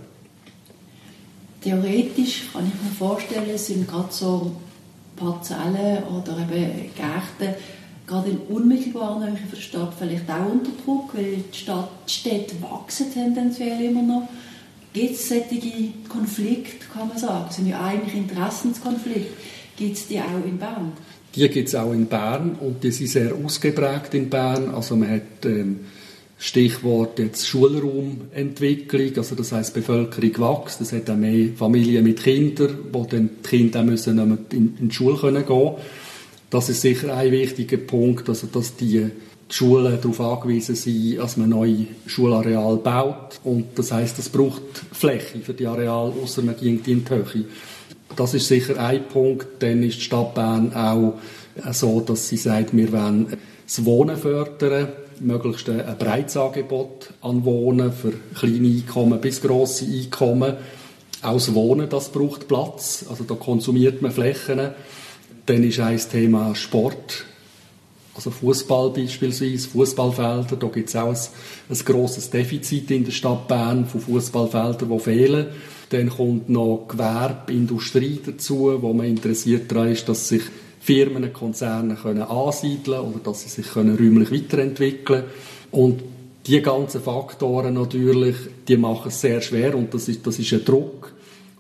Theoretisch kann ich mir vorstellen, es sind gerade so Parzellen oder eben Gärten, gerade in unmittelbarer Nähe von der Stadt vielleicht auch unter Druck, weil die, Stadt, die Städte wachsen tendenziell immer noch. Gibt es solche Konflikte, kann man sagen? Das sind ja eigentlich Interessenskonflikte. Gibt es die auch in Bern? Die gibt es auch in Bern und die sind sehr ausgeprägt in Bern. Also man hat ähm, Stichwort jetzt Schulraumentwicklung, also das heisst, die Bevölkerung wächst, es hat auch mehr Familien mit Kindern, wo dann die Kinder auch müssen in, in die Schule gehen können. Das ist sicher ein wichtiger Punkt, also dass die die Schulen darauf angewiesen sind, dass man neue Schulareale baut. Und das heisst, es braucht Fläche für die Areale, ausser man ging in die Höhe. Das ist sicher ein Punkt. Dann ist die Stadt Bern auch so, dass sie sagt, wir wollen das Wohnen fördern, möglichst ein breites Angebot an Wohnen für kleine Einkommen bis grosse Einkommen. Auch das Wohnen, das braucht Platz, also da konsumiert man Flächen. Dann ist ein Thema Sport. Also Fußball beispielsweise, Fußballfelder, da gibt es auch ein, ein grosses Defizit in der Stadt Bern von Fußballfeldern, die fehlen. Dann kommt noch Gewerbe, Industrie dazu, wo man interessiert daran ist, dass sich Firmen, Konzerne können ansiedeln können oder dass sie sich können räumlich weiterentwickeln können. Und die ganzen Faktoren natürlich, die machen es sehr schwer und das ist, das ist ein Druck.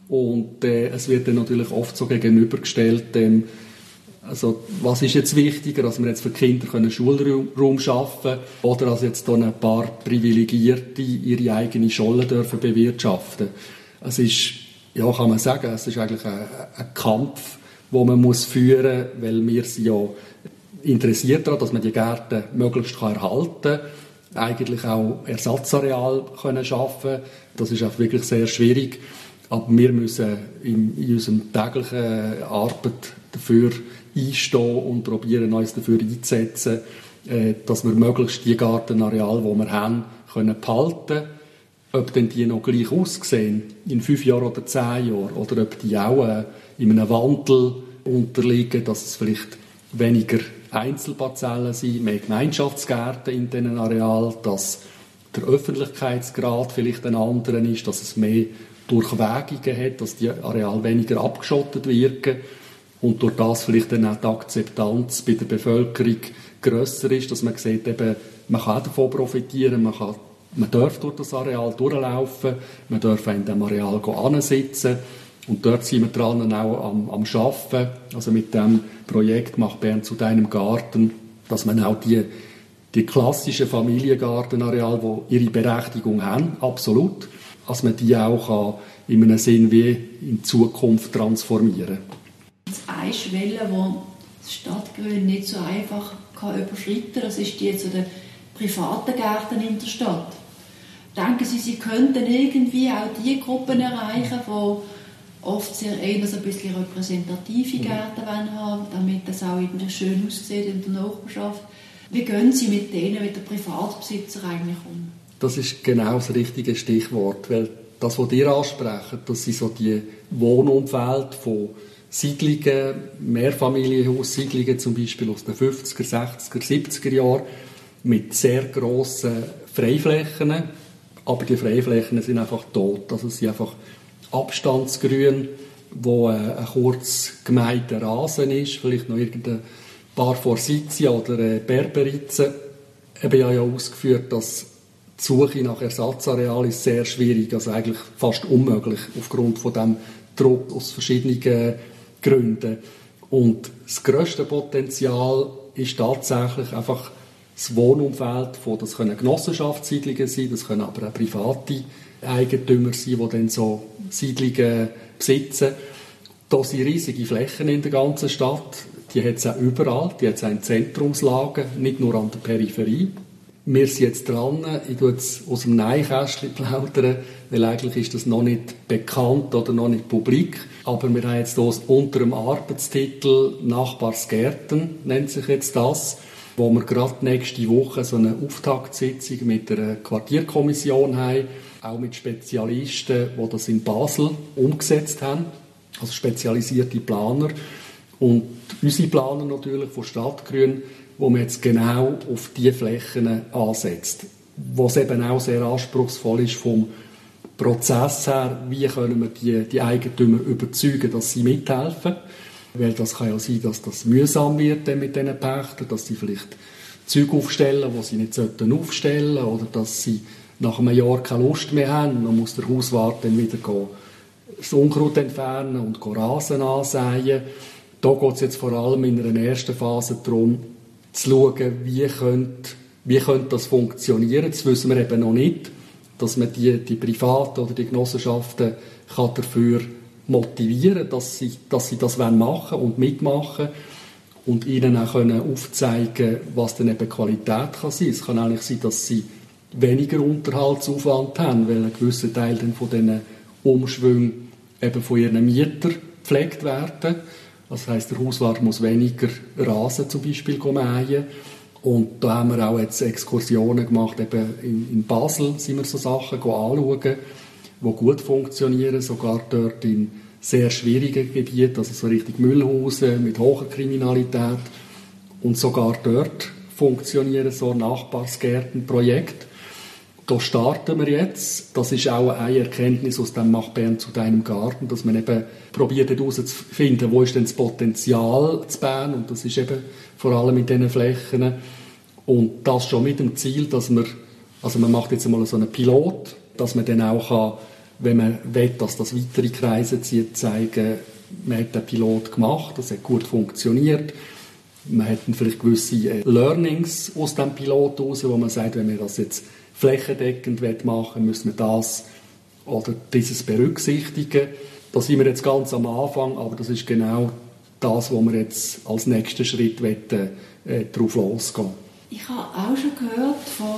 Und äh, es wird dann natürlich oft so gegenübergestellt, dem also, was ist jetzt wichtiger, dass wir jetzt für die Kinder einen Schulraum schaffen können oder dass jetzt hier ein paar Privilegierte ihre eigene Scholle dürfen bewirtschaften? Es ist, ja, kann man sagen, es ist eigentlich ein, ein Kampf, den man muss führen muss, weil wir sind ja interessiert daran, dass man die Gärten möglichst erhalten kann, eigentlich auch Ersatzareal können schaffen. Das ist auch wirklich sehr schwierig. Aber wir müssen in, in unserer täglichen Arbeit dafür einstehen und probieren, uns dafür einzusetzen, äh, dass wir möglichst die Gartenareale, die wir haben, können behalten. Ob denn die noch gleich aussehen, in fünf Jahren oder zehn Jahren, oder ob die auch äh, in einem Wandel unterliegen, dass es vielleicht weniger Einzelparzellen sind, mehr Gemeinschaftsgärten in diesen Arealen, dass der Öffentlichkeitsgrad vielleicht ein anderer ist, dass es mehr Durchwegungen hat, dass die Areale weniger abgeschottet wirken und durch das vielleicht dann auch die Akzeptanz bei der Bevölkerung grösser ist, dass man sieht, eben, man kann davon profitieren, man, kann, man darf durch das Areal durchlaufen, man darf in diesem Areal hinsitzen und dort sind wir dran auch am, am Arbeiten. Also mit dem Projekt «Mach Bern zu deinem Garten», dass man auch die, die klassischen Familiengartenareale, die ihre Berechtigung haben, absolut, dass man die auch kann, in einem Sinn wie in Zukunft transformieren kann. Eine Schwelle, die das Stadtgrün nicht so einfach kann überschreiten kann, das ist die zu den privaten Gärten in der Stadt. Denken Sie, Sie könnten irgendwie auch die Gruppen erreichen, die oft sehr eher so ein bisschen repräsentative Gärten mhm. haben, damit das auch irgendwie schön aussieht in der Nachbarschaft. Wie gehen Sie mit denen, mit den Privatbesitzern eigentlich um? Das ist genau das richtige Stichwort, weil das, was ihr ansprechen, das sind so die Wohnumfelder von Siedlungen, Mehrfamilienhaussiedlungen zum Beispiel aus den fünfziger, sechziger, siebziger Jahren mit sehr grossen Freiflächen, aber die Freiflächen sind einfach tot, also es sind einfach Abstandsgrün, wo ein kurz gemähter Rasen ist, vielleicht noch irgendein paar Forsythien oder Berberitzen. Ich habe ja ausgeführt, dass die Suche nach Ersatzareal ist sehr schwierig, also eigentlich fast unmöglich, aufgrund von dem Druck aus verschiedenen Gründen. Und das grösste Potenzial ist tatsächlich einfach das Wohnumfeld, von, das können Genossenschaftssiedlungen sein, das können aber auch private Eigentümer sein, die dann so Siedlungen besitzen. Da sind riesige Flächen in der ganzen Stadt, die hat es auch überall, die hat es auch in Zentrumslagen, nicht nur an der Peripherie. Wir sind jetzt dran, ich tue jetzt aus dem Nähkästchen plaudern, weil eigentlich ist das noch nicht bekannt oder noch nicht publik. Aber wir haben jetzt hier unter dem Arbeitstitel «Nachbarsgärten», nennt sich jetzt das, wo wir gerade nächste Woche so eine Auftaktsitzung mit einer Quartierkommission haben, auch mit Spezialisten, die das in Basel umgesetzt haben, also spezialisierte Planer. Und unsere Planer natürlich von Stadtgrün, wo man jetzt genau auf diese Flächen ansetzt. Was eben auch sehr anspruchsvoll ist vom Prozess her, wie können wir die, die Eigentümer überzeugen, dass sie mithelfen. Weil das kann ja sein, dass das mühsam wird mit diesen Pächtern, dass sie vielleicht Zeug aufstellen, die sie nicht aufstellen sollten, oder dass sie nach einem Jahr keine Lust mehr haben. Man muss der Hauswart dann wieder gehen, das Unkraut entfernen und Rasen ansäen. Da geht es jetzt vor allem in einer ersten Phase darum, zu schauen, wie könnte Wie könnte das funktionieren? Das wissen wir eben noch nicht, dass man die, die Privaten oder die Genossenschaften kann dafür motivieren kann, dass sie, dass sie das machen und mitmachen und ihnen auch können aufzeigen, was dann eben Qualität kann sein. Es kann eigentlich sein, dass sie weniger Unterhaltsaufwand haben, weil ein gewisser Teil dann von diesen Umschwüngen eben von ihren Mietern gepflegt werden. Das heisst, der Hauswart muss weniger Rasen zum Beispiel mähen. Und da haben wir auch jetzt Exkursionen gemacht, eben in, in Basel sind wir so Sachen anschauen, die gut funktionieren, sogar dort in sehr schwierigen Gebieten, also so richtig Müllhausen mit hoher Kriminalität. Und sogar dort funktionieren so Nachbarsgärtenprojekte. Da starten wir jetzt. Das ist auch eine Erkenntnis aus dem «Mach Bern zu deinem Garten», dass man eben probiert herauszufinden, wo ist denn das Potenzial zu Bern, und das ist eben vor allem in diesen Flächen. Und das schon mit dem Ziel, dass man, also man macht jetzt einmal so einen Pilot, dass man dann auch kann, wenn man will, dass das weitere Kreise zieht, zeigen, man hat den Pilot gemacht, das hat gut funktioniert. Man hat dann vielleicht gewisse Learnings aus dem Pilot heraus, wo man sagt, wenn wir das jetzt flächendeckend machen wollen, müssen wir das oder dieses berücksichtigen. Da sind wir jetzt ganz am Anfang, aber das ist genau das, wo wir jetzt als nächsten Schritt wollen, äh, darauf losgehen. Ich habe auch schon gehört von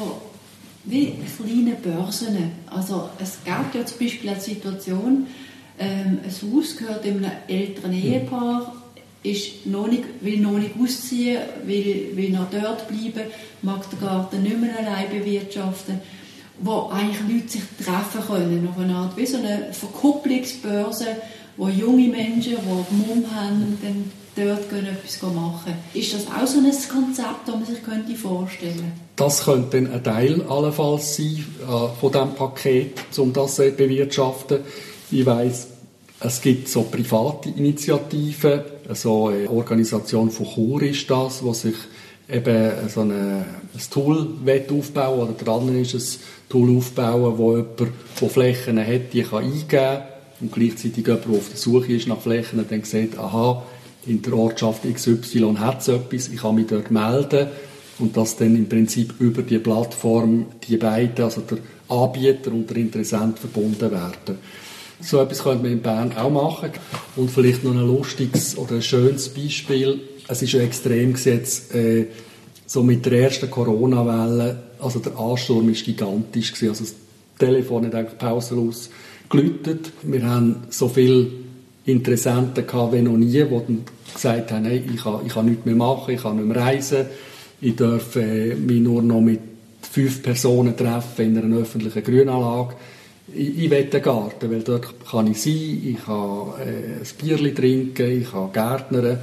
wie kleinen Börsen. Also es gibt ja zum Beispiel eine Situation, ähm, ein Haus gehört einem älteren Ehepaar, ist noch nicht, will noch nicht ausziehen, will, will noch dort bleiben, mag den Garten nicht mehr allein bewirtschaften, wo eigentlich Leute sich treffen können, auf eine Art wie so eine Verkupplungsbörse, wo junge Menschen, die Mumm haben, dann dort können etwas machen. Ist das auch so ein Konzept, das man sich könnte vorstellen könnte? Das könnte dann ein Teil allenfalls sein äh, von diesem Paket, um das zu bewirtschaften. Ich weiss, es gibt so private Initiativen, so eine Organisation von Chur ist das, die sich eben so eine, ein Tool aufbauen oder dran ist, ein Tool aufbauen, wo jemand, der Flächen hat, die kann eingeben kann und gleichzeitig jemand, der auf der Suche ist nach Flächen, dann sieht, aha, in der Ortschaft X Y hat es etwas, ich kann mich dort melden und dass dann im Prinzip über die Plattform die beiden, also der Anbieter und der Interessent verbunden werden. So etwas könnte man in Bern auch machen. Und vielleicht noch ein lustiges oder ein schönes Beispiel. Es ist ja extrem jetzt, äh, so mit der ersten Corona-Welle, also der Ansturm war gigantisch gewesen. Also das Telefon hat eigentlich pausenlos geläutet. Wir haben so viele Interessenten gehabt wie noch nie, die dann gesagt haben, hey, ich kann, ich kann nichts mehr machen, ich kann nicht mehr reisen, ich darf äh, mich nur noch mit fünf Personen treffen in einer öffentlichen Grünanlage. Ich, ich will den Garten, weil dort kann ich sein, ich kann äh, ein Bierchen trinken, ich kann gärtnern.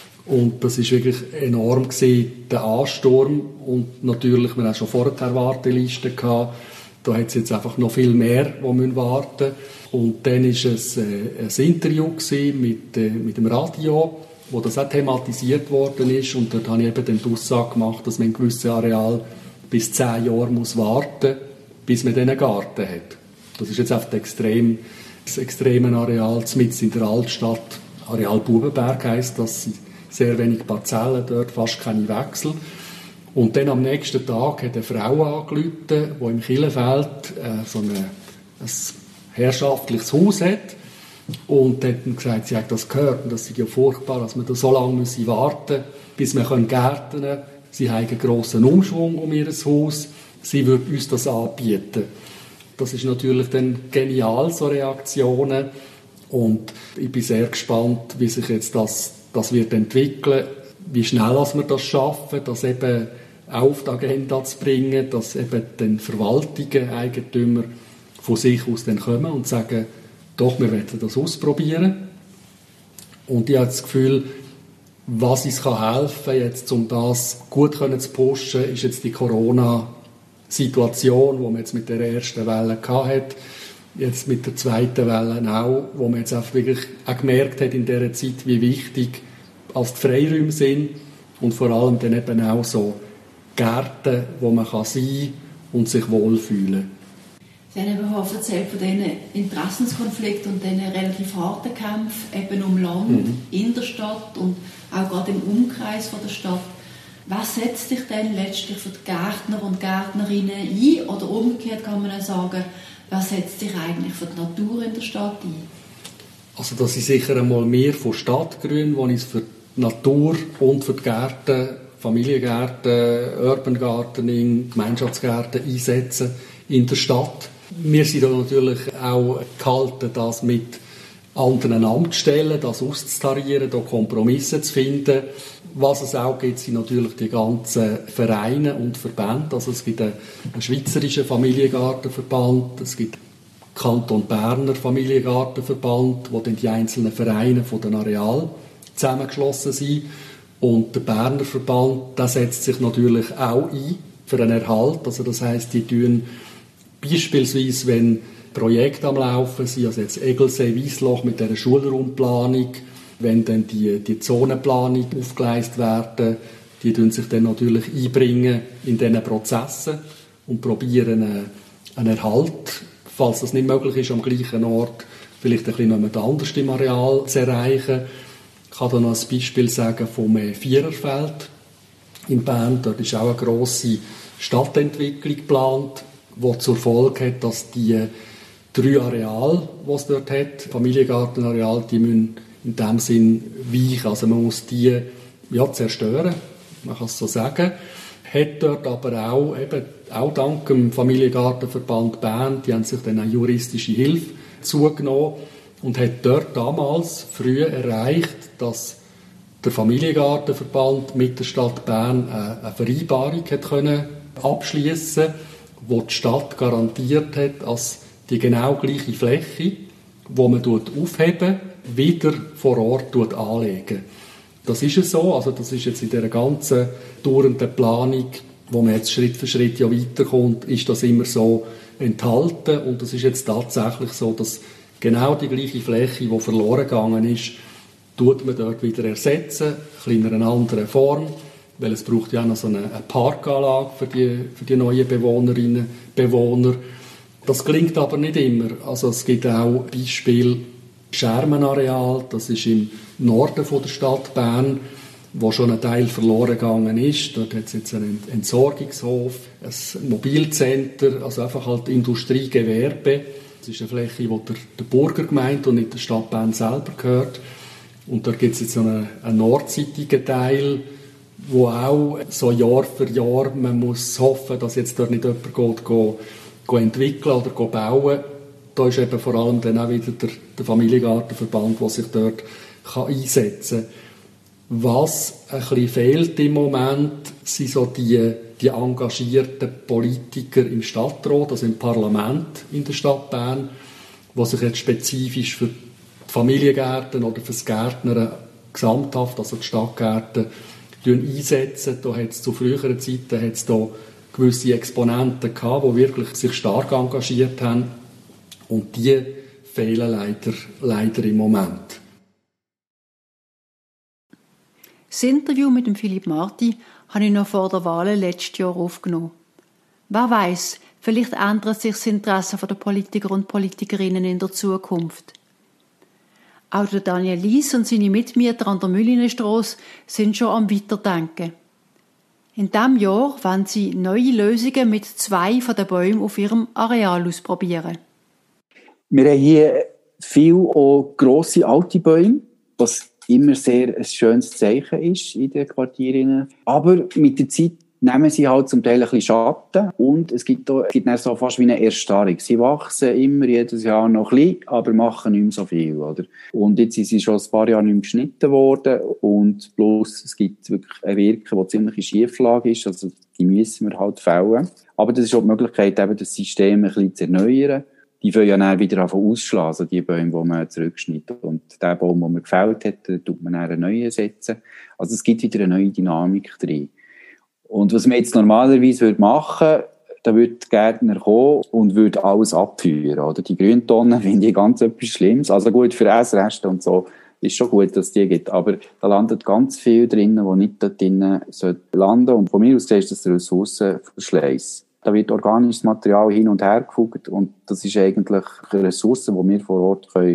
Und das war wirklich enorm gewesen, der Ansturm. Und natürlich, wir hatten schon vorher Wartelisten gehabt. Da hat es jetzt einfach noch viel mehr, die warten müssen. Und dann war es äh, ein Interview mit, äh, mit dem Radio, wo das auch thematisiert worden ist. Und dort habe ich eben dann die Aussage gemacht, dass man in gewissen Areal bis zehn Jahre muss warten, bis man diesen Garten hat. Das ist jetzt einfach das, extrem, das extreme Areal mitten in der Altstadt. Areal Bubenberg heisst das, sind sehr wenig Parzellen dort, fast keine Wechsel. Und dann am nächsten Tag hat eine Frau angerufen, die im Chilefeld äh, so eine, ein herrschaftliches Haus hat. Und hat dann gesagt, sie hat das gehört und das sei ja furchtbar, dass man da so lange müsse warten müsse, bis man gärtnern kann. Sie haben einen grossen Umschwung um ihr Haus. Sie würde uns das anbieten. Das ist natürlich dann genial, so Reaktionen. Und ich bin sehr gespannt, wie sich jetzt das, das wird entwickeln, wie schnell wir das schaffen, das eben auf die Agenda zu bringen, dass eben dann Verwaltungen, Eigentümer von sich aus dann kommen und sagen, doch, wir wollen das ausprobieren. Und ich habe das Gefühl, was uns helfen kann, jetzt, um das gut zu pushen, ist jetzt die Corona-Situation, die man jetzt mit der ersten Welle hatte, jetzt mit der zweiten Welle auch, wo man jetzt auch wirklich auch gemerkt hat in dieser Zeit, wie wichtig als die Freiräume sind und vor allem dann eben auch so Gärten, wo man kann sein und sich wohlfühlen. Sie haben eben auch erzählt von diesen Interessenskonflikten und diesen relativ harten Kämpfen eben um Land, mhm. in der Stadt und auch gerade im Umkreis von der Stadt. Was setzt sich denn letztlich für die Gärtner und Gärtnerinnen ein? Oder umgekehrt kann man auch sagen, was setzt sich eigentlich für die Natur in der Stadt ein? Also das ist sicher einmal mehr von Stadtgrün, wo ich es für die Natur und für die Gärten, Familiengärten, Urban Gardening, Gemeinschaftsgärten einsetzen in der Stadt. Wir sind da natürlich auch gehalten, das mit anderen Amtsstellen, das auszutarieren, da Kompromisse zu finden. Was es auch gibt, sind natürlich die ganzen Vereine und Verbände. Also es gibt einen, einen schweizerischen Familiengartenverband, es gibt Kanton Berner Familiengartenverband, wo dann die einzelnen Vereine von den Arealen zusammengeschlossen sind. Und der Berner Verband, der setzt sich natürlich auch ein für einen Erhalt. Also das heisst, die tun beispielsweise, wenn Projekte am Laufen sind, also jetzt Egelsee, Wiesloch mit dieser Schulraumplanung, wenn dann die, die Zonenplanung aufgeleistet werden, die tun sich dann natürlich einbringen in diesen Prozessen und probieren einen, einen Erhalt, falls das nicht möglich ist, am gleichen Ort vielleicht ein bisschen noch anders im Areal zu erreichen. Ich kann da noch ein Beispiel sagen vom Viererfeld in Bern. Dort ist auch eine grosse Stadtentwicklung geplant, die zur Folge hat, dass die drei Areale, die es dort hat, Familiengartenareale, die müssen in dem Sinn weichen. Also man muss die ja, zerstören, man kann es so sagen. Hat dort aber auch, eben, auch dank dem Familiengartenverband Bern, die haben sich dann eine juristische Hilfe zugenommen und hat dort damals früh erreicht, dass der Familiengartenverband mit der Stadt Bern eine Vereinbarung hat können abschließen, wo die Stadt garantiert hat, dass die genau gleiche Fläche, die man aufheben, wieder vor Ort anlegen. Das ist es so, also das ist jetzt in dieser ganzen dauernden Planung, wo man jetzt Schritt für Schritt ja weiterkommt, ist das immer so enthalten und es ist jetzt tatsächlich so, dass genau die gleiche Fläche, die verloren gegangen ist, tut man dort wieder ersetzen, in einer anderen Form, weil es braucht ja auch noch so eine, eine Parkanlage für die, für die neuen Bewohnerinnen und Bewohner. Das gelingt aber nicht immer. Also es gibt auch Beispiele, Schermenareal, das ist im Norden von der Stadt Bern, wo schon ein Teil verloren gegangen ist. Dort hat es jetzt einen Entsorgungshof, ein Mobilcenter, also einfach halt Industriegewerbe. Das ist eine Fläche, die der, der Burgergemeinde und nicht der Stadt Bern selber gehört. Und dort gibt es jetzt so einen, einen nordseitigen Teil, wo auch so Jahr für Jahr, man muss hoffen, dass jetzt dort nicht jemand geht, geht, geht entwickeln oder geht bauen. Da ist eben vor allem dann auch wieder der, der Familiengartenverband, der sich dort kann einsetzen kann. Was ein bisschen fehlt im Moment, sind so die, die engagierten Politiker im Stadtrat, also im Parlament in der Stadt Bern, die sich jetzt spezifisch für die Familiengärten oder für das Gärtnern gesamthaft, also die Stadtgärten, einsetzen. Da hat es zu früheren Zeiten hat es da gewisse Exponenten gehabt, die wirklich sich stark engagiert haben. Und die fehlen leider, leider im Moment. Das Interview mit dem Philipp Marti habe ich noch vor der Wahl letztes Jahr aufgenommen. Wer weiss, vielleicht ändert sich das Interesse der Politiker und Politikerinnen in der Zukunft. Auch der Daniel Lies und seine Mitmieter an der Müllinestrasse sind schon am Weiterdenken. In diesem Jahr wollen sie neue Lösungen mit zwei von den Bäumen auf ihrem Areal ausprobieren. Wir haben hier viele grosse alte Bäume, was immer sehr ein schönes Zeichen ist in den Quartieren. Aber mit der Zeit nehmen sie halt zum Teil ein bisschen Schatten und es gibt, da, es gibt dann so fast wie eine Erstarrung. Sie wachsen immer jedes Jahr noch ein bisschen, aber machen nicht mehr so viel. Oder? Und jetzt sind sie schon ein paar Jahre nicht mehr geschnitten worden und bloß es gibt wirklich eine Wirkung, die ziemlich in Schieflage ist, also die müssen wir halt fällen. Aber das ist auch die Möglichkeit, eben das System ein bisschen zu erneuern. Die wollen ja dann wieder ausschlagen, also die Bäume, die man zurückschneidet. Und den Baum, den man gefällt hat, tut man dann einen neuen setzen. Also es gibt wieder eine neue Dynamik drin. Und was man jetzt normalerweise machen würde, da würde der Gärtner kommen und würde alles abführen. Oder? Die Grüntonnen finde ich ganz etwas Schlimmes. Also gut, für Essreste und so ist schon gut, dass es die gibt. Aber da landet ganz viel drin, was nicht dort drinnen landen sollte. Und von mir aus ist das der Ressourcenverschleiß. Da wird organisches Material hin und her gefügt und das ist eigentlich eine Ressource, die wir vor Ort können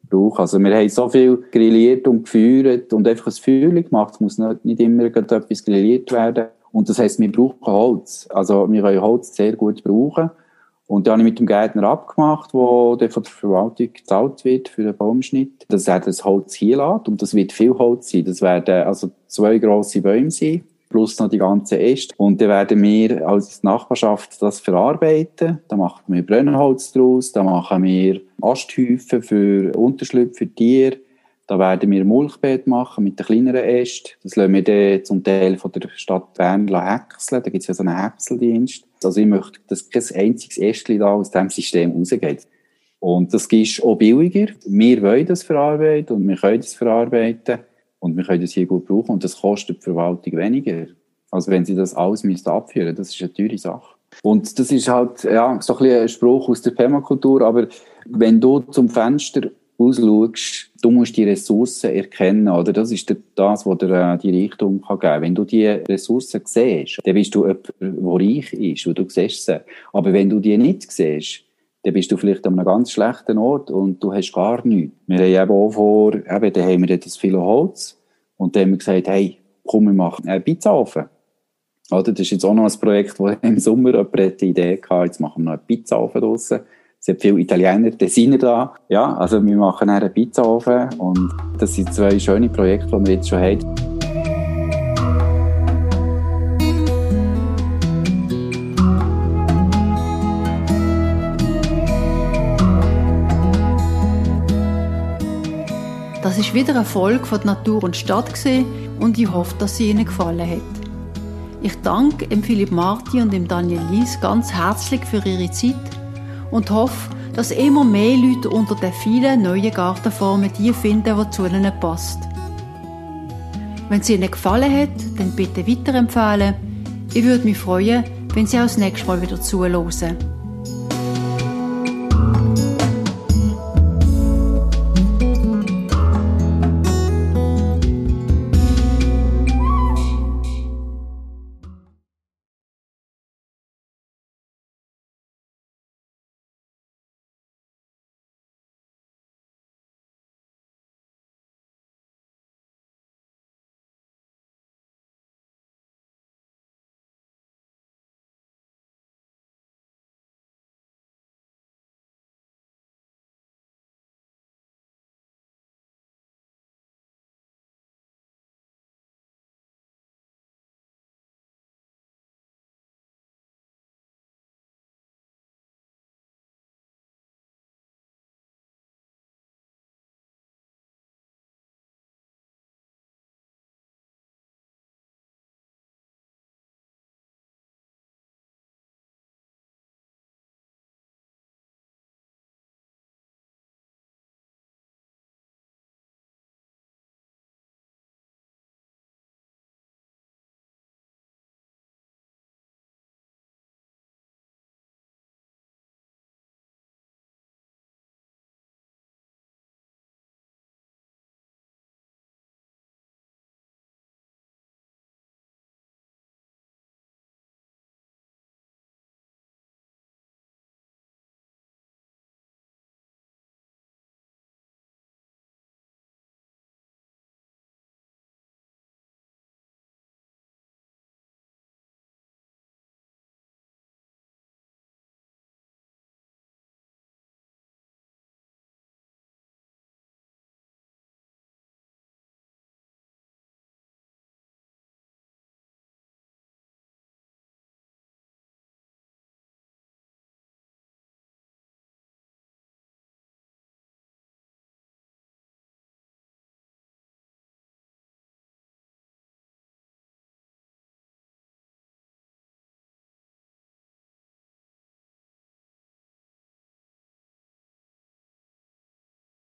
brauchen. Also wir haben so viel grilliert und gefeuert und einfach ein Feuer gemacht. Es muss nicht, nicht immer etwas grilliert werden. Und das heisst, wir brauchen Holz. Also wir können Holz sehr gut brauchen. Und dann habe ich mit dem Gärtner abgemacht, wo der von der Verwaltung gezahlt wird für den Baumschnitt, dass er das Holz hier lässt. Und das wird viel Holz sein. Das werden also zwei grosse Bäume sein, plus noch die ganzen Äste. Und dann werden wir als Nachbarschaft das verarbeiten. Da machen wir Brennholz draus, da machen wir Asthäufen für Unterschlupf für Tiere. Da werden wir Mulchbeet machen mit den kleineren Ästen. Das lassen wir dann zum Teil von der Stadt Bern häckseln. Da gibt es ja so einen Häckseldienst. Also ich möchte, dass kein einziges Ästchen da aus diesem System rausgeht. Und das ist auch billiger. Wir wollen das verarbeiten und wir können das verarbeiten. Und wir können das hier gut brauchen. Und das kostet die Verwaltung weniger. Also wenn sie das alles abführen müssen, das ist eine teure Sache. Und das ist halt, ja, so ein bisschen ein Spruch aus der Permakultur. Aber wenn du zum Fenster ausschaust, du musst die Ressourcen erkennen, oder? Das ist das, was dir die Reichtum geben kann. Wenn du die Ressourcen siehst, dann bist du jemand, der reich ist, und du siehst sie. Aber wenn du die nicht siehst, dann bist du vielleicht an einem ganz schlechten Ort und du hast gar nichts. Wir haben eben auch vor, eben, da haben wir das viele Holz und dann haben wir gesagt, hey, komm, wir machen einen Pizzaofen. Oder? Das ist jetzt auch noch ein Projekt, wo im Sommer jemand die Idee hatte, jetzt machen wir noch einen Pizzaofen draussen. Es sind viele Italiener, Designer da. Ja, also wir machen einen Pizzaofen und das sind zwei schöne Projekte, die wir jetzt schon haben. Das ist wieder ein Erfolg von Natur und Stadt gewesen und ich hoffe, dass sie Ihnen gefallen hat. Ich danke dem Philipp Marti und dem Daniel Lies ganz herzlich für ihre Zeit und hoffe, dass immer mehr Leute unter den vielen neuen Gartenformen die finden, die zu ihnen passt. Wenn es Ihnen gefallen hat, dann bitte weiterempfehlen. Ich würde mich freuen, wenn Sie auch das nächste Mal wieder zuhören.